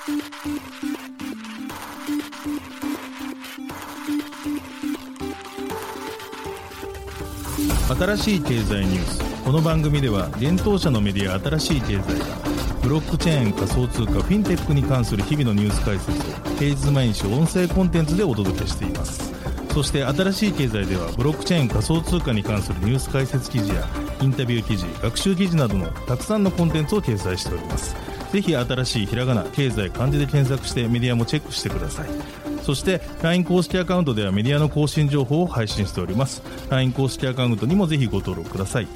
新しい経済ニュース。この番組では現当社のメディア新しい経済がブロックチェーン、仮想通貨、フィンテックに関する日々のニュース解説を平日毎日音声コンテンツでお届けしています。そして新しい経済ではブロックチェーン、仮想通貨に関するニュース解説記事やインタビュー記事、学習記事などのたくさんのコンテンツを掲載しております。ぜひ新しいひらがな、経済、漢字で検索してメディアもチェックしてください。そして LINE 公式アカウントではメディアの更新情報を配信しております。 LINE 公式アカウントにもぜひご登録ください。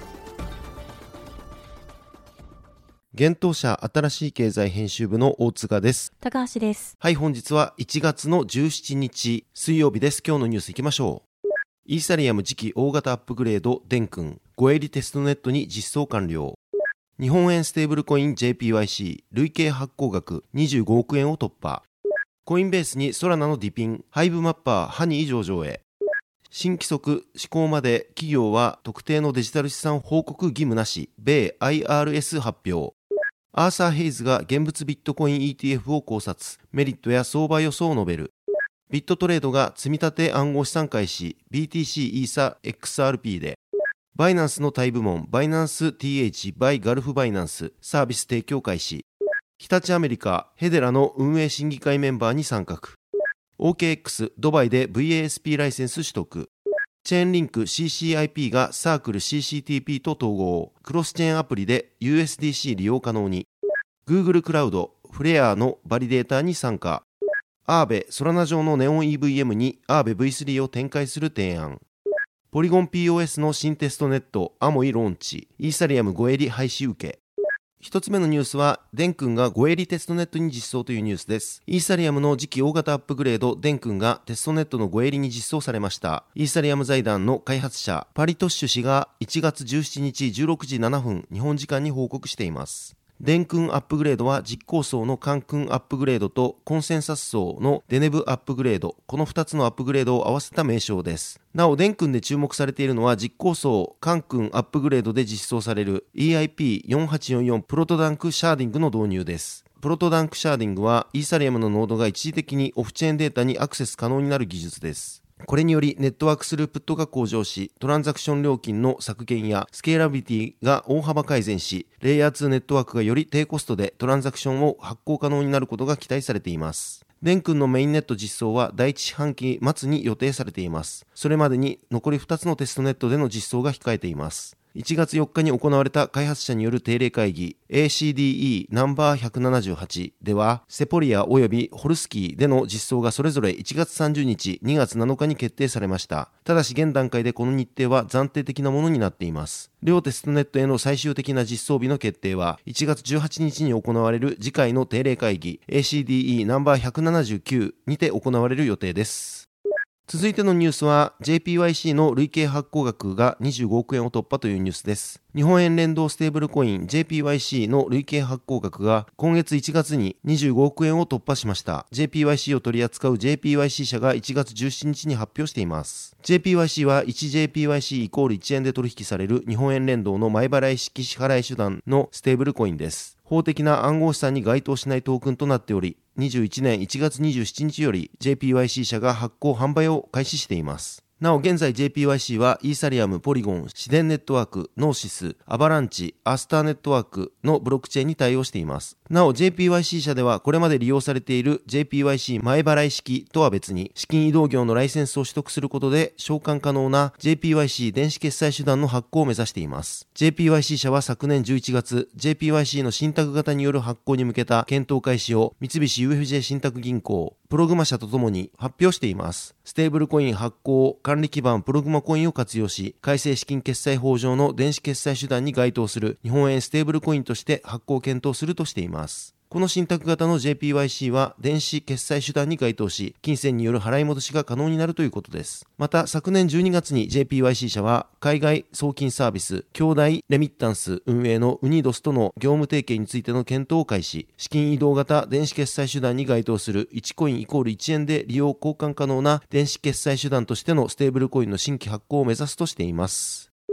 現当社新しい経済編集部の大塚です。 高橋です。 はい、本日は1月の17日水曜日です。今日のニュースいきましょう。イーサリアム次期大型アップグレード電君5エリテストネットに実装完了。日本円ステーブルコイン JPYC 累計発行額25億円を突破。コインベースにソラナのディピン、ハイブマッパー、ハニー上場へ。新規則施行まで企業は特定のデジタル資産報告義務なし、米 IRS 発表。アーサー・ヘイズが現物ビットコイン ETF を考察、メリットや相場予想を述べる。ビットトレードが積み立て暗号資産開始、BTC イーサ XRP で。バイナンスのタイ部門、バイナンス TH by ガルフバイナンス、サービス提供開始。日立アメリカ、ヘデラの運営審議会メンバーに参画。OKX、ドバイで VASP ライセンス取得。チェーンリンク CCIP がサークル CCTP と統合。クロスチェーンアプリで USDC 利用可能に。Google クラウド、フレアのバリデータに参加。アーベ、ソラナ上のネオン EVM にアーベ V3 を展開する提案。ポリゴン POS の新テストネット、アモイローンチ。イーサリアム5エリ廃止受け。一つ目のニュースは、電君が5エリテストネットに実装というニュースです。イーサリアムの次期大型アップグレード、電君がテストネットの5エリに実装されました。イーサリアム財団の開発者、パリトッシュ氏が1月17日16時7分、日本時間に報告しています。電君アップグレードは実行層のカン君アップグレードとコンセンサス層のデネブアップグレード、この2つのアップグレードを合わせた名称です。なお、電君で注目されているのは実行層カン君アップグレードで実装される EIP4844 プロトダンクシャーディングの導入です。プロトダンクシャーディングはイーサリアムのノードが一時的にオフチェーンデータにアクセス可能になる技術です。これによりネットワークスループットが向上し、トランザクション料金の削減やスケーラビリティが大幅改善し、レイヤー2ネットワークがより低コストでトランザクションを発行可能になることが期待されています。電君のメインネット実装は第1四半期末に予定されています。それまでに残り2つのテストネットでの実装が控えています。1月4日に行われた開発者による定例会議 ACDE ナンバー178では、セポリア及びホルスキーでの実装がそれぞれ1月30日、2月7日に決定されました。ただし現段階でこの日程は暫定的なものになっています。両テストネットへの最終的な実装日の決定は1月18日に行われる次回の定例会議 ACDE ナンバー179にて行われる予定です。続いてのニュースは JPYC の累計発行額が25億円を突破というニュースです。日本円連動ステーブルコイン JPYC の累計発行額が今月1月に25億円を突破しました。JPYC を取り扱う JPYC 社が1月17日に発表しています。JPYC は 1JPYC イコール1円で取引される日本円連動の前払い式支払い手段のステーブルコインです。法的な暗号資産に該当しないトークンとなっており、21年1月27日より JPYC 社が発行販売を開始しています。なお現在 JPYC はイーサリアム、ポリゴン、シデンネットワーク、ノーシス、アバランチ、アスターネットワークのブロックチェーンに対応しています。なお JPYC 社ではこれまで利用されている JPYC 前払い式とは別に資金移動業のライセンスを取得することで償還可能な JPYC 電子決済手段の発行を目指しています。JPYC 社は昨年11月 JPYC の信託型による発行に向けた検討開始を三菱 UFJ 信託銀行、プログマ社とともに発表しています。ステーブルコイン発行管理基盤プログマコインを活用し、改正資金決済法上の電子決済手段に該当する日本円ステーブルコインとして発行を検討するとしています。この信託型の JPYC は電子決済手段に該当し、金銭による払い戻しが可能になるということです。また昨年12月に JPYC 社は海外送金サービス兄弟レミッタンス運営のウニドスとの業務提携についての検討を開始、資金移動型電子決済手段に該当する1コインイコール1円で利用交換可能な電子決済手段としてのステーブルコインの新規発行を目指すとしています。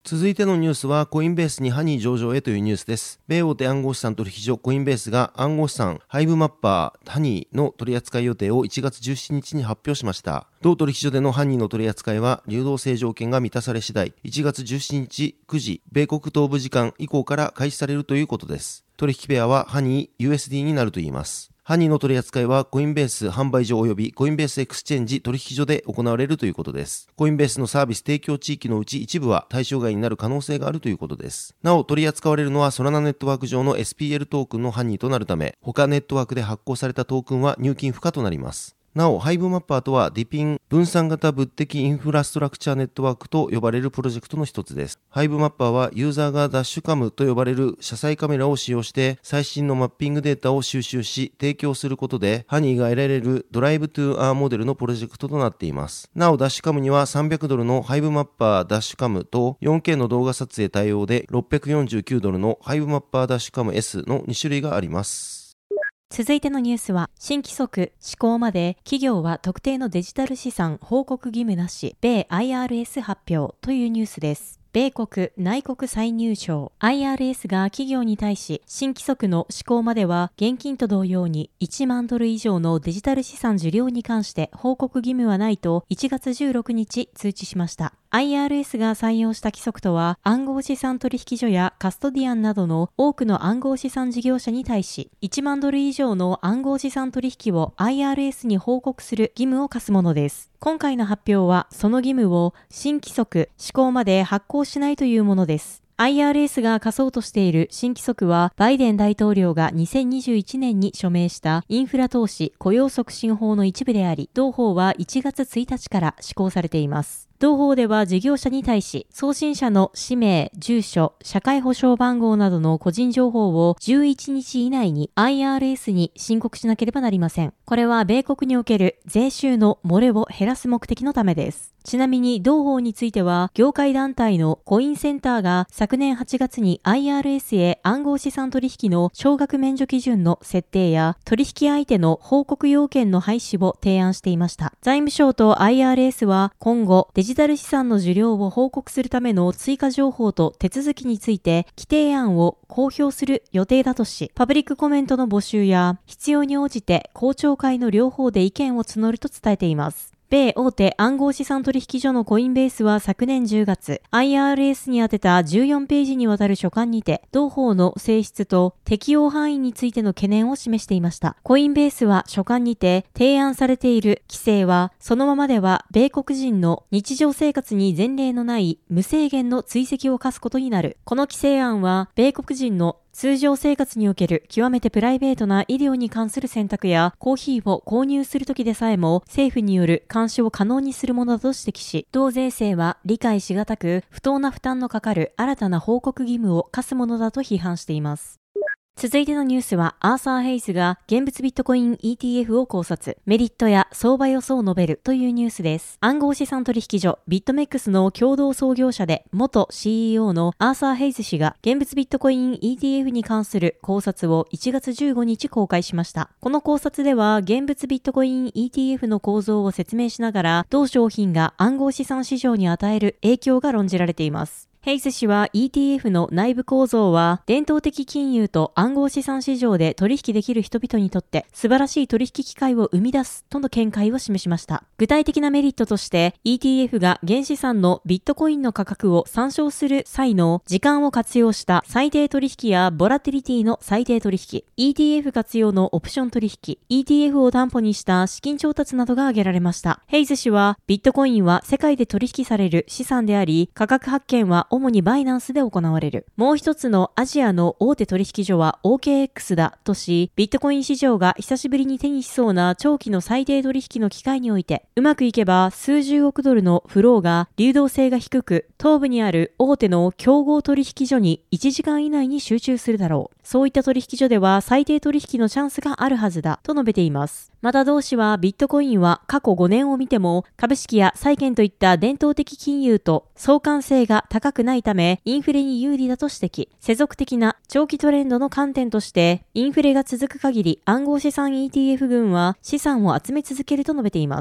続いてのニュースはコインベースにハニー上場へというニュースです。米大手暗号資産取引所コインベースが暗号資産ハイブマッパーハニーの取扱い予定を1月17日に発表しました。同取引所でのハニーの取り扱いは流動性条件が満たされ次第1月17日9時米国東部時間以降から開始されるということです。取引ペアはハニー USD になるといいます。ハニーの取り扱いはコインベース販売所及びコインベースエクスチェンジ取引所で行われるということです。コインベースのサービス提供地域のうち一部は対象外になる可能性があるということです。なお取り扱われるのはソラナネットワーク上の SPL トークンのハニーとなるため、他ネットワークで発行されたトークンは入金不可となります。なお、ハイブマッパーとはディピン分散型物的インフラストラクチャーネットワークと呼ばれるプロジェクトの一つです。ハイブマッパーはユーザーがダッシュカムと呼ばれる車載カメラを使用して最新のマッピングデータを収集し提供することでハニーが得られるドライブトゥーアーモデルのプロジェクトとなっています。なお、ダッシュカムには$300のハイブマッパーダッシュカムと 4K の動画撮影対応で$649のハイブマッパーダッシュカム S の2種類があります。 続いてのニュースは、新規則施行まで企業は特定のデジタル資産報告義務なし、米 IRS 発表というニュースです。米国内国歳入省 IRS が企業に対し新規則の施行までは現金と同様に$1万以上のデジタル資産受領に関して報告義務はないと1月16日通知しました。IRS が採用した規則とは暗号資産取引所やカストディアンなどの多くの暗号資産事業者に対し$1万以上の暗号資産取引を IRS に報告する義務を課すものです。今回の発表はその義務を新規則施行まで発行しないというものです。IRS が課そうとしている新規則は、バイデン大統領が2021年に署名したインフラ投資雇用促進法の一部であり、同法は1月1日から施行されています。同法では事業者に対し、送信者の氏名、住所、社会保障番号などの個人情報を11日以内に IRS に申告しなければなりません。これは米国における税収の漏れを減らす目的のためです。ちなみに同法については、業界団体のコインセンターが昨年8月に IRS へ暗号資産取引の少額免除基準の設定や取引相手の報告要件の廃止を提案していました。財務省と IRS は今後デジタル資産の受領を報告するための追加情報と手続きについて規定案を公表する予定だとし、パブリックコメントの募集や必要に応じて公聴会の両方で意見を募ると伝えています。米大手暗号資産取引所のコインベースは昨年10月、IRS に宛てた14ページにわたる書簡にて、同法の性質と適用範囲についての懸念を示していました。コインベースは書簡にて提案されている規制は、そのままでは米国人の日常生活に前例のない無制限の追跡を課すことになる。この規制案は、米国人の通常生活における極めてプライベートな医療に関する選択やコーヒーを購入するときでさえも政府による監視を可能にするものだと指摘し、同税制は理解しがたく不当な負担のかかる新たな報告義務を課すものだと批判しています。続いてのニュースは、アーサー・ヘイズが現物ビットコイン ETF を考察、メリットや相場予想を述べるというニュースです。暗号資産取引所ビットメックスの共同創業者で元 CEO のアーサー・ヘイズ氏が現物ビットコイン ETF に関する考察を1月15日公開しました。この考察では、現物ビットコイン ETF の構造を説明しながら、同商品が暗号資産市場に与える影響が論じられています。ヘイズ氏は ETF の内部構造は伝統的金融と暗号資産市場で取引できる人々にとって素晴らしい取引機会を生み出すとの見解を示しました。具体的なメリットとして ETF が原資産のビットコインの価格を参照する際の時間を活用した最低取引やボラティリティの最低取引、ETF 活用のオプション取引、ETF を担保にした資金調達などが挙げられました。ヘイズ氏はビットコインは世界で取引される資産であり、価格発見は主にバイナンスで行われる。もう一つのアジアの大手取引所は OKX だとし、ビットコイン市場が久しぶりに手にしそうな長期の最低取引の機会において、うまくいけば数十億ドルのフローが流動性が低く、東部にある大手の競合取引所に1時間以内に集中するだろう。そういった取引所では最低取引のチャンスがあるはずだと述べています。また同氏はビットコインは過去5年を見ても株式や債券といった伝統的金融と相関性が高くないためインフレに有利だと指摘。世俗的な長期トレンドの観点としてインフレが続く限り暗号資産 ETF 群は資産を集め続けると述べています。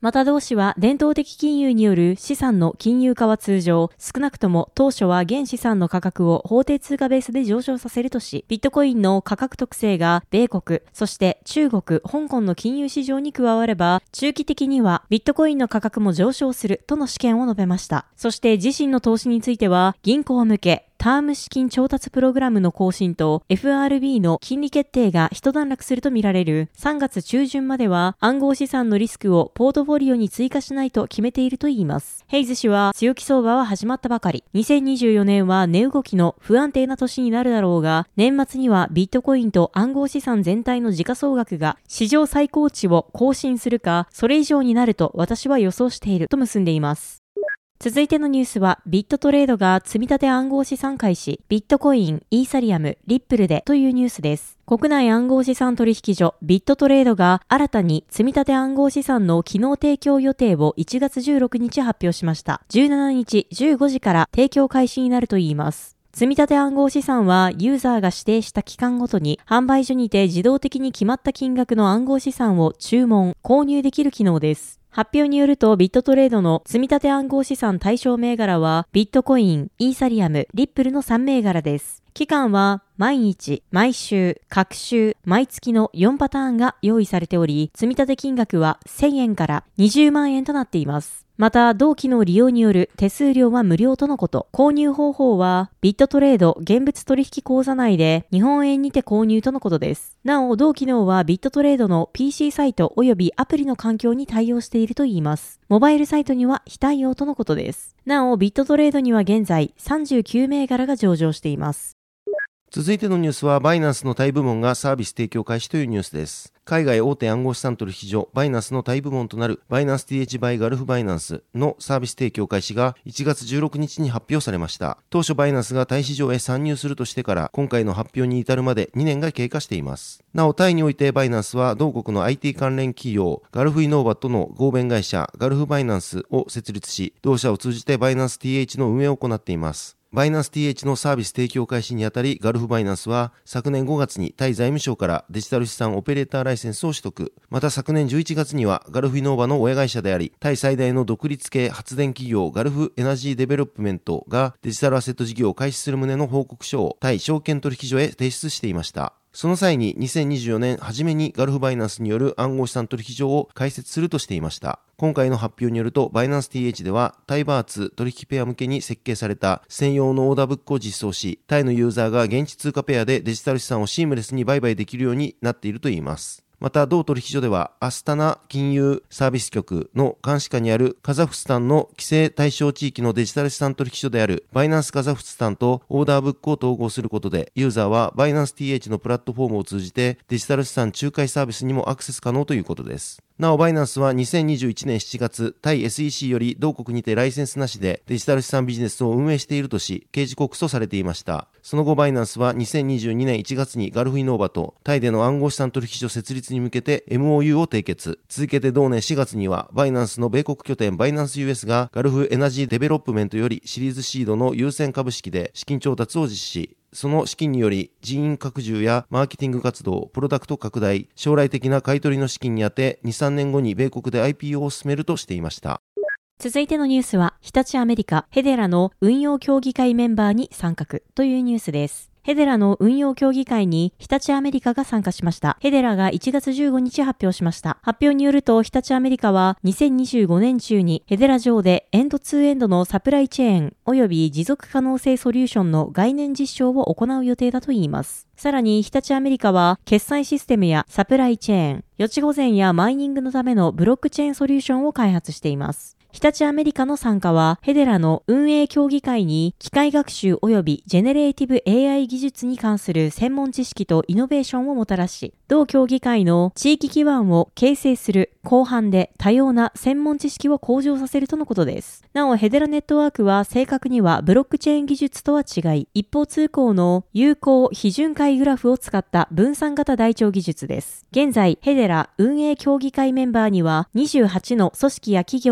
また同氏は伝統的金融による資産の金融化は通常、少なくとも当初は現資産の価格を法定通貨ベースで上昇させるとし、ビットコインの価格特性が米国、そして中国、香港の金融市場に加われば、中期的にはビットコインの価格も上昇するとの試験を述べました。そして自身の投資については、銀行向け、ターム資金調達プログラムの更新と FRB の金利決定が一段落するとみられる3月中旬までは暗号資産のリスクをポートフォリオに追加しないと決めているといいます。ヘイズ氏は強気相場は始まったばかり。2024年は値動きの不安定な年になるだろうが、年末にはビットコインと暗号資産全体の時価総額が史上最高値を更新するか、それ以上になると私は予想していると結んでいます。続いてのニュースは、ビットトレードが積み立て暗号資産開始、ビットコイン、イーサリアム、リップルでというニュースです。国内暗号資産取引所ビットトレードが新たに積み立て暗号資産の機能提供予定を1月16日発表しました。17日15時から提供開始になるといいます。積み立て暗号資産はユーザーが指定した期間ごとに販売所にて自動的に決まった金額の暗号資産を注文、購入できる機能です。発表によるとビットトレードの積み立て暗号資産対象銘柄はビットコイン、イーサリアム、リップルの3銘柄です。期間は毎日、毎週、各週、毎月の4パターンが用意されており、積み立て金額は1000円から20万円となっています。また、同機能利用による手数料は無料とのこと。購入方法は、ビットトレード現物取引口座内で日本円にて購入とのことです。なお、同機能はビットトレードの PC サイト及びアプリの環境に対応しているといいます。モバイルサイトには非対応とのことです。なお、ビットトレードには現在39銘柄が上場しています。 続いてのニュースは、バイナンスのタイ部門がサービス提供開始というニュースです。海外大手暗号資産取引所バイナンスのタイ部門となるバイナンス TH by ガルフバイナンスのサービス提供開始が1月16日に発表されました。当初バイナンスがタイ市場へ参入するとしてから今回の発表に至るまで2年が経過しています。なおタイにおいてバイナンスは同国の IT 関連企業ガルフイノーバとの合弁会社ガルフバイナンスを設立し、同社を通じてバイナンス TH の運営を行っています。バイナンス TH のサービス提供開始にあたり、ガルフバイナンスは昨年5月にタイ財務省からデジタル資産オペレーターライセンスを取得。また昨年11月にはガルフイノーバの親会社であり、タイ最大の独立系発電企業ガルフエナジーデベロップメントがデジタルアセット事業を開始する旨の報告書をタイ証券取引所へ提出していました。その際に2024年初めにガルフバイナンスによる暗号資産取引所を開設するとしていました。今回の発表によると、バイナンス TH ではタイバーツ取引ペア向けに設計された専用のオーダーブックを実装し、タイのユーザーが現地通貨ペアでデジタル資産をシームレスに売買できるようになっているといいます。また同取引所ではアスタナ金融サービス局の監視下にあるカザフスタンの規制対象地域のデジタル資産取引所であるバイナンスカザフスタンとオーダーブックを統合することで、ユーザーはバイナンス TH のプラットフォームを通じてデジタル資産仲介サービスにもアクセス可能ということです。なおバイナンスは2021年7月タイ SEC より同国にてライセンスなしでデジタル資産ビジネスを運営しているとし、刑事告訴されていました。その後バイナンスは2022年1月にガルフイノーバとタイでの暗号資産取引所設立に向けて MOU を締結。続けて同年4月にはバイナンスの米国拠点バイナンス US がガルフエナジーデベロップメントよりシリーズシードの優先株式で資金調達を実施。その資金により人員拡充やマーケティング活動、プロダクト拡大、将来的な買い取りの資金に充て、2、3年後に米国で IPO を進めるとしていました。 続いてのニュースは、日立アメリカヘデラの運用協議会メンバーに参画というニュースです。ヘデラの運用協議会に日立アメリカが参加しました。ヘデラが1月15日発表しました。発表によると、日立アメリカは2025年中にヘデラ上でエンドツーエンドのサプライチェーン及び持続可能性ソリューションの概念実証を行う予定だといいます。さらに日立アメリカは決済システムやサプライチェーン、予知保全やマイニングのためのブロックチェーンソリューションを開発しています。日立アメリカの参加は、ヘデラの運営協議会に機械学習及びジェネレーティブ AI 技術に関する専門知識とイノベーションをもたらし、同協議会の地域基盤を形成する広範で多様な専門知識を向上させるとのことです。なお、ヘデラネットワークは正確にはブロックチェーン技術とは違い、一方通行の有効非巡回グラフを使った分散型台帳技術です。現在、ヘデラ運営協議会メンバーには28の組織や企業が加盟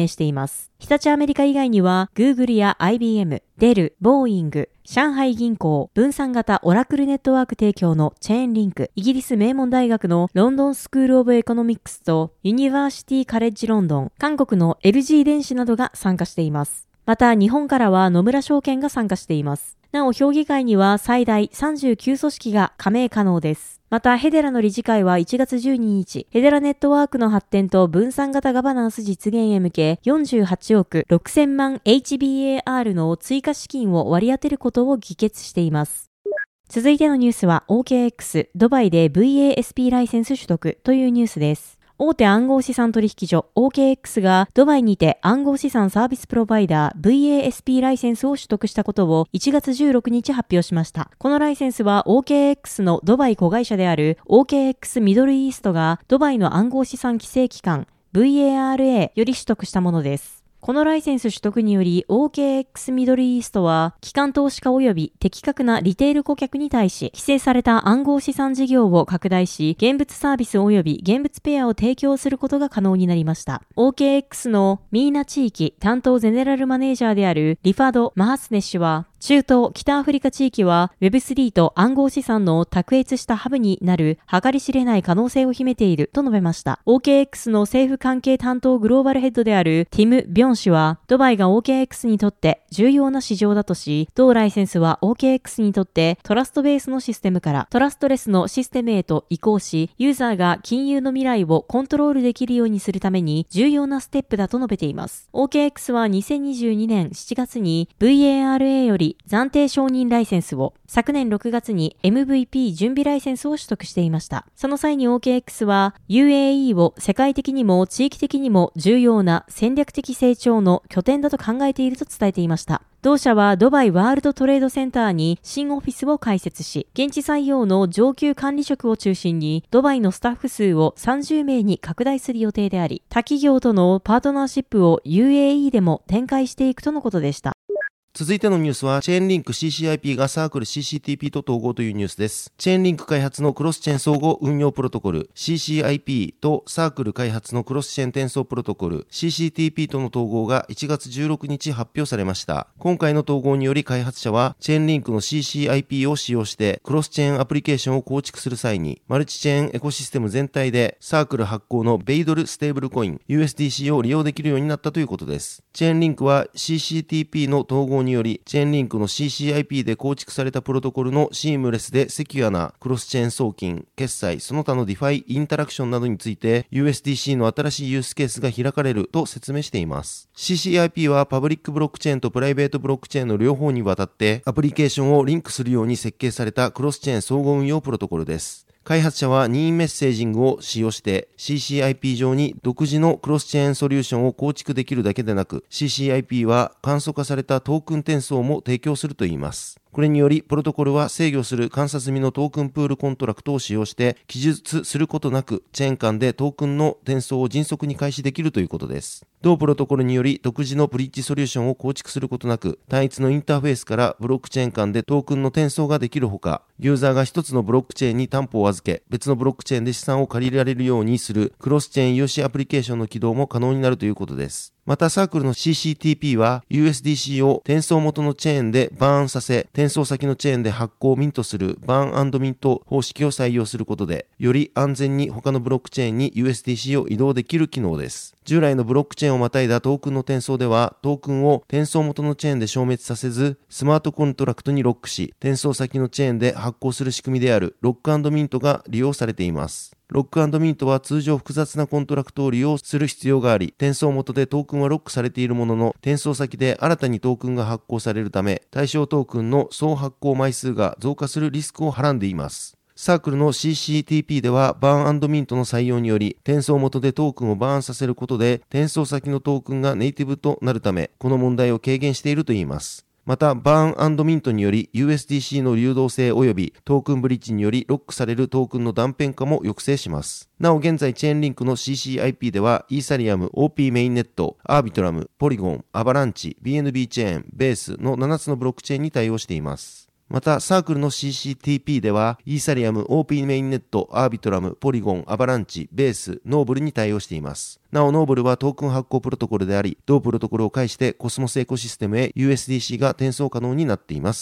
明しています。日立アメリカ以外には Google や IBM、デル、ボーイング、上海銀行、分散型オラクルネットワーク提供のチェーンリンク、イギリス名門大学のロンドンスクールオブエコノミクスとユニバーシティカレッジロンドン、韓国の LG 電子などが参加しています。また日本からは野村証券が参加しています。なお評議会には最大39組織が加盟可能です。またヘデラの理事会は1月12日、ヘデラネットワークの発展と分散型ガバナンス実現へ向け48億6000万 HBAR の追加資金を割り当てることを議決しています。続いてのニュースは OKX ドバイで VASP ライセンス取得というニュースです。大手暗号資産取引所 OKX がドバイにて暗号資産サービスプロバイダー VASP ライセンスを取得したことを1月16日発表しました。このライセンスは OKX のドバイ子会社である OKX ミドルイーストがドバイの暗号資産規制機関 VARA より取得したものです。このライセンス取得により OKX ミドルイーストは機関投資家及び的確なリテール顧客に対し規制された暗号資産事業を拡大し現物サービス及び現物ペアを提供することが可能になりました。OKX のミーナ地域担当ゼネラルマネージャーであるリファド・マハスネ氏は中東、北アフリカ地域は Web3 と暗号資産の卓越したハブになる計り知れない可能性を秘めていると述べました。OKX の政府関係担当グローバルヘッドであるティム・ビョン氏はドバイが OKX にとって重要な市場だとし、同ライセンスは OKX にとってトラストベースのシステムからトラストレスのシステムへと移行し、ユーザーが金融の未来をコントロールできるようにするために重要なステップだと述べています。OKX は2022年7月に VARA より暫定承認ライセンスを、昨年6月に MVP 準備ライセンスを取得していました。その際に OKX は UAE を世界的にも地域的にも重要な戦略的成長の拠点だと考えていると伝えていました。同社はドバイワールドトレードセンターに新オフィスを開設し、現地採用の上級管理職を中心にドバイのスタッフ数を30名に拡大する予定であり、他企業とのパートナーシップを UAE でも展開していくとのことでした。 続いてのニュースは、チェーンリンク CCIP がサークル CCTP と統合というニュースです。チェーンリンク開発のクロスチェーン相互運用プロトコル CCIP とサークル開発のクロスチェーン転送プロトコル CCTP との統合が1月16日発表されました。今回の統合により開発者は、チェーンリンクの CCIP を使用してクロスチェーンアプリケーションを構築する際に、マルチチェーンエコシステム全体でサークル発行のベイドルステーブルコイン USDC を利用できるようになったということです。チェーンリンクは CCTP の統合により、チェーンリンクの CCIP で構築されたプロトコルのシームレスでセキュアなクロスチェーン送金、決済、その他の DeFi インタラクションなどについて USDC の新しいユースケースが開かれると説明しています。CCIP はパブリックブロックチェーンとプライベートブロックチェーンの両方にわたってアプリケーションをリンクするように設計されたクロスチェーン相互運用プロトコルです。開発者は任意メッセージングを使用して CCIP 上に独自のクロスチェーンソリューションを構築できるだけでなく CCIP は簡素化されたトークン転送も提供するといいます。これによりプロトコルは制御する監査済みのトークンプールコントラクトを使用して記述することなくチェーン間でトークンの転送を迅速に開始できるということです。同プロトコルにより独自のブリッジソリューションを構築することなく単一のインターフェースからブロックチェーン間でトークンの転送ができるほか、ユーザーが一つのブロックチェーンに担保を預け別のブロックチェーンで資産を借りられるようにするクロスチェーン融資アプリケーションの起動も可能になるということです。またサークルの CCTP は USDC を転送元のチェーンでバーンさせ、転送先のチェーンで発行ミントするバーン&ミント方式を採用することで、より安全に他のブロックチェーンに USDC を移動できる機能です。従来のブロックチェーンをまたいだトークンの転送では、トークンを転送元のチェーンで消滅させず、スマートコントラクトにロックし、転送先のチェーンで発行する仕組みであるロック&ミントが利用されています。ロック&ミントは通常複雑なコントラクトを利用する必要があり、転送元でトークンはロックされているものの、転送先で新たにトークンが発行されるため、対象トークンの総発行枚数が増加するリスクをはらんでいます。サークルの CCTP ではバーン&ミントの採用により転送元でトークンをバーンさせることで転送先のトークンがネイティブとなるため、この問題を軽減しているといいます。またバーン&ミントにより USDC の流動性及びトークンブリッジによりロックされるトークンの断片化も抑制します。なお現在チェーンリンクの CCIP ではイーサリアム、OP メインネット、アービトラム、ポリゴン、アバランチ、BNB チェーン、ベースの7つのブロックチェーンに対応しています。 またサークルの CCTP ではイーサリアム、OP メインネット、アービトラム、ポリゴン、アバランチ、ベース、ノーブルに対応しています。なおノーブルはトークン発行プロトコルであり、同プロトコルを介してコスモスエコシステムへ USDC が転送可能になっています。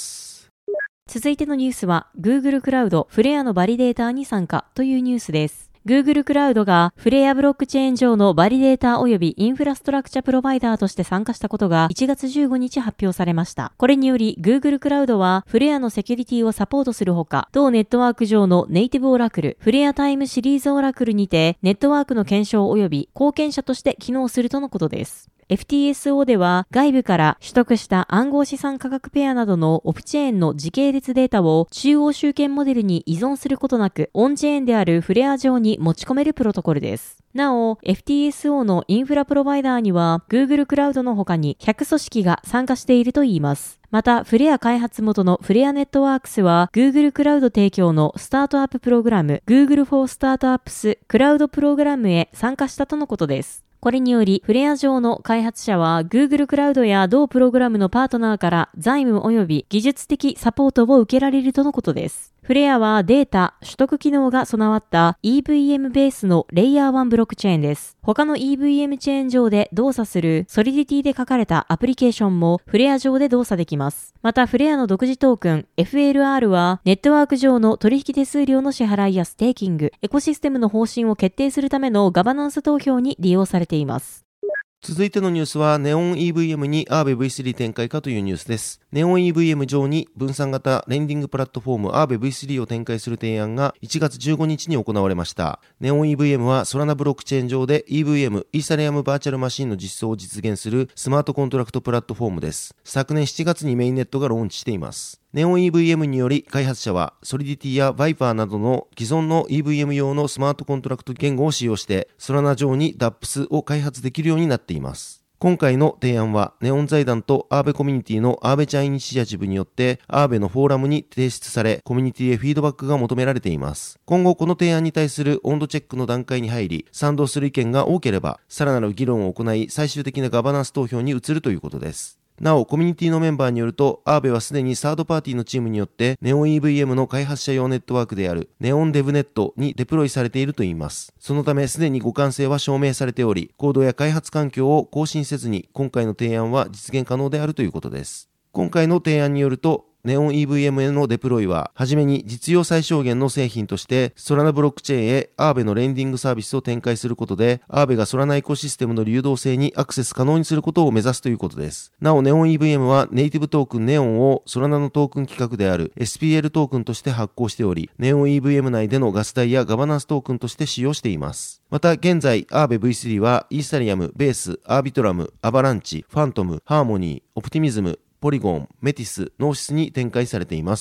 続いてのニュースは Google クラウドフレアのバリデーターに参加というニュースです。Google クラウドがフレアブロックチェーン上のバリデータ及びインフラストラクチャプロバイダーとして参加したことが1月15日発表されました。これにより Google クラウドはフレアのセキュリティをサポートするほか、同ネットワーク上のネイティブオラクル、フレアタイムシリーズオラクルにてネットワークの検証及び貢献者として機能するとのことです。FTSO では外部から取得した暗号資産価格ペアなどのオフチェーンの時系列データを中央集権モデルに依存することなくオンチェーンであるフレア上に持ち込めるプロトコルです。なお、FTSO のインフラプロバイダーには Google クラウドの他に100組織が参加しているといいます。また、フレア開発元のフレアネットワークスは Google クラウド提供のスタートアッププログラム Google for Startups クラウドプログラムへ参加したとのことです。これにより、フレア上の開発者は Google クラウドや同プログラムのパートナーから財務及び技術的サポートを受けられるとのことです。フレアはデータ、取得機能が備わった EVM ベースのレイヤー1ブロックチェーンです。他の EVM チェーン上で動作するソリディティで書かれたアプリケーションもフレア上で動作できます。またフレアの独自トークン FLR はネットワーク上の取引手数料の支払いやステーキング、エコシステムの方針を決定するためのガバナンス投票に利用されています。 続いてのニュースはネオン EVM に Aave V3 展開かというニュースです。ネオン EVM 上に分散型レンディングプラットフォーム Aave V3 を展開する提案が1月15日に行われました。ネオン EVM はソラナブロックチェーン上で EVM イーサリアムバーチャルマシンの実装を実現するスマートコントラクトプラットフォームです。昨年7月にメインネットがローンチしています。ネオン EVM により開発者はソリディティや Viper などの既存の EVM 用のスマートコントラクト言語を使用してソラナ上に DApps を開発できるようになっています。今回の提案はネオン財団とアーベコミュニティのアーベチャイニシアチブによってアーベのフォーラムに提出されコミュニティへフィードバックが求められています。今後この提案に対する温度チェックの段階に入り賛同する意見が多ければさらなる議論を行い最終的なガバナンス投票に移るということです。なお、コミュニティのメンバーによると、アーベはすでにサードパーティーのチームによって、ネオン EVM の開発者用ネットワークであるネオンデブネットにデプロイされているといいます。そのため、すでに互換性は証明されており、コードや開発環境を更新せずに、今回の提案は実現可能であるということです。今回の提案によると、ネオン EVM へのデプロイは、はじめに実用最小限の製品として、ソラナブロックチェーンへアーベのレンディングサービスを展開することで、アーベがソラナエコシステムの流動性にアクセス可能にすることを目指すということです。なお、ネオン EVM はネイティブトークンネオンをソラナのトークン規格である SPL トークンとして発行しており、ネオン EVM 内でのガス代やガバナンストークンとして使用しています。また、現在、アーベ V3 はイーサリアム、ベース、アービトラム、アバランチ、ファントム、ハーモニー、オプティミズム、ポリゴン、メティス、ノーシスに展開されています。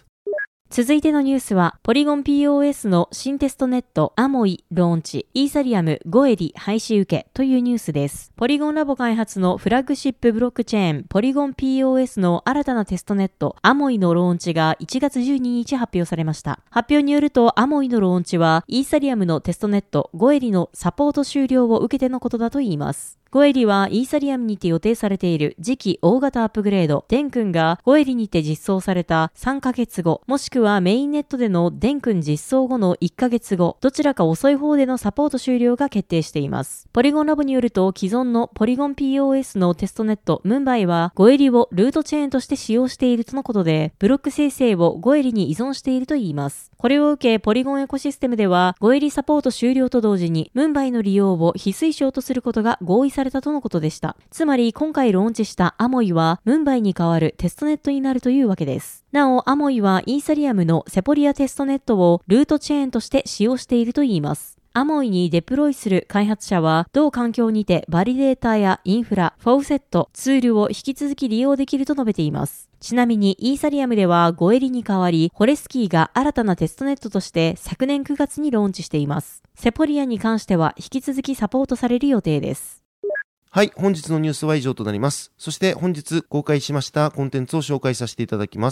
続いてのニュースは、ポリゴン POS の新テストネットアモイローンチ、イーサリアム5エリ廃止受けというニュースです。ポリゴンラボ開発のフラッグシップブロックチェーン、ポリゴン POS の新たなテストネットアモイのローンチが1月12日発表されました。発表によると、アモイのローンチは、イーサリアムのテストネット5エリのサポート終了を受けてのことだといいます。5エリはイーサリアムにて予定されている次期大型アップグレード、デン君が5エリにて実装された3ヶ月後、もしくはメインネットでのデン君実装後の1ヶ月後、どちらか遅い方でのサポート終了が決定しています。ポリゴンラボによると、既存のポリゴン POS のテストネット、ムンバイは5エリをルートチェーンとして使用しているとのことで、ブロック生成を5エリに依存しているといいます。これを受け、ポリゴンエコシステムでは、5エリサポート終了と同時に、ムンバイの利用を非推奨とすることが合意されたとのことでした。つまり、今回ローンチしたアモイは、ムンバイに代わるテストネットになるというわけです。なお、アモイはイーサリアムのセポリアテストネットをルートチェーンとして使用しているといいます。アモイにデプロイする開発者は、同環境にてバリデータやインフラ、フォーセット、ツールを引き続き利用できると述べています。ちなみにイーサリアムでは5エリに代わり、ホレスキーが新たなテストネットとして昨年9月にローンチしています。セポリアに関しては引き続きサポートされる予定です。 はい、本日のニュースは以上となります。そして本日公開しましたコンテンツを紹介させていただきます。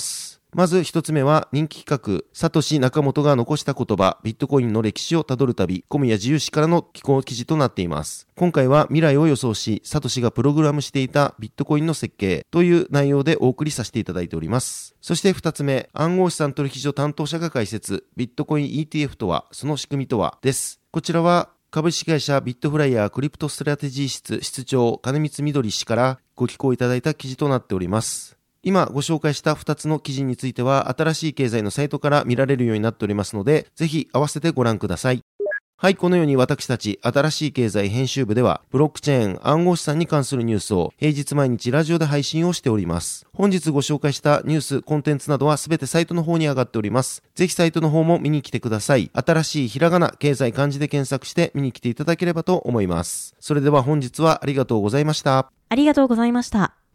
まず一つ目は人気企画、サトシ・ナカモトが残した言葉、ビットコインの歴史をたどる旅、小宮自由氏からの寄稿記事となっています。今回は未来を予想し、サトシがプログラムしていたビットコインの設計という内容でお送りさせていただいております。そして二つ目、暗号資産取引所担当者が解説、ビットコイン ETF とは、その仕組みとはです。こちらは株式会社ビットフライヤークリプトストラテジー室室長金光みどり氏からご寄稿いただいた記事となっております。今ご紹介した2つの記事については新しい経済のサイトから見られるようになっておりますので、ぜひ合わせてご覧ください。はい、このように私たち新しい経済編集部ではブロックチェーン暗号資産に関するニュースを平日毎日ラジオで配信をしております。本日ご紹介したニュースコンテンツなどはすべてサイトの方に上がっております。ぜひサイトの方も見に来てください。新しいひらがな経済漢字で検索して見に来ていただければと思います。それでは本日はありがとうございました。 ありがとうございました。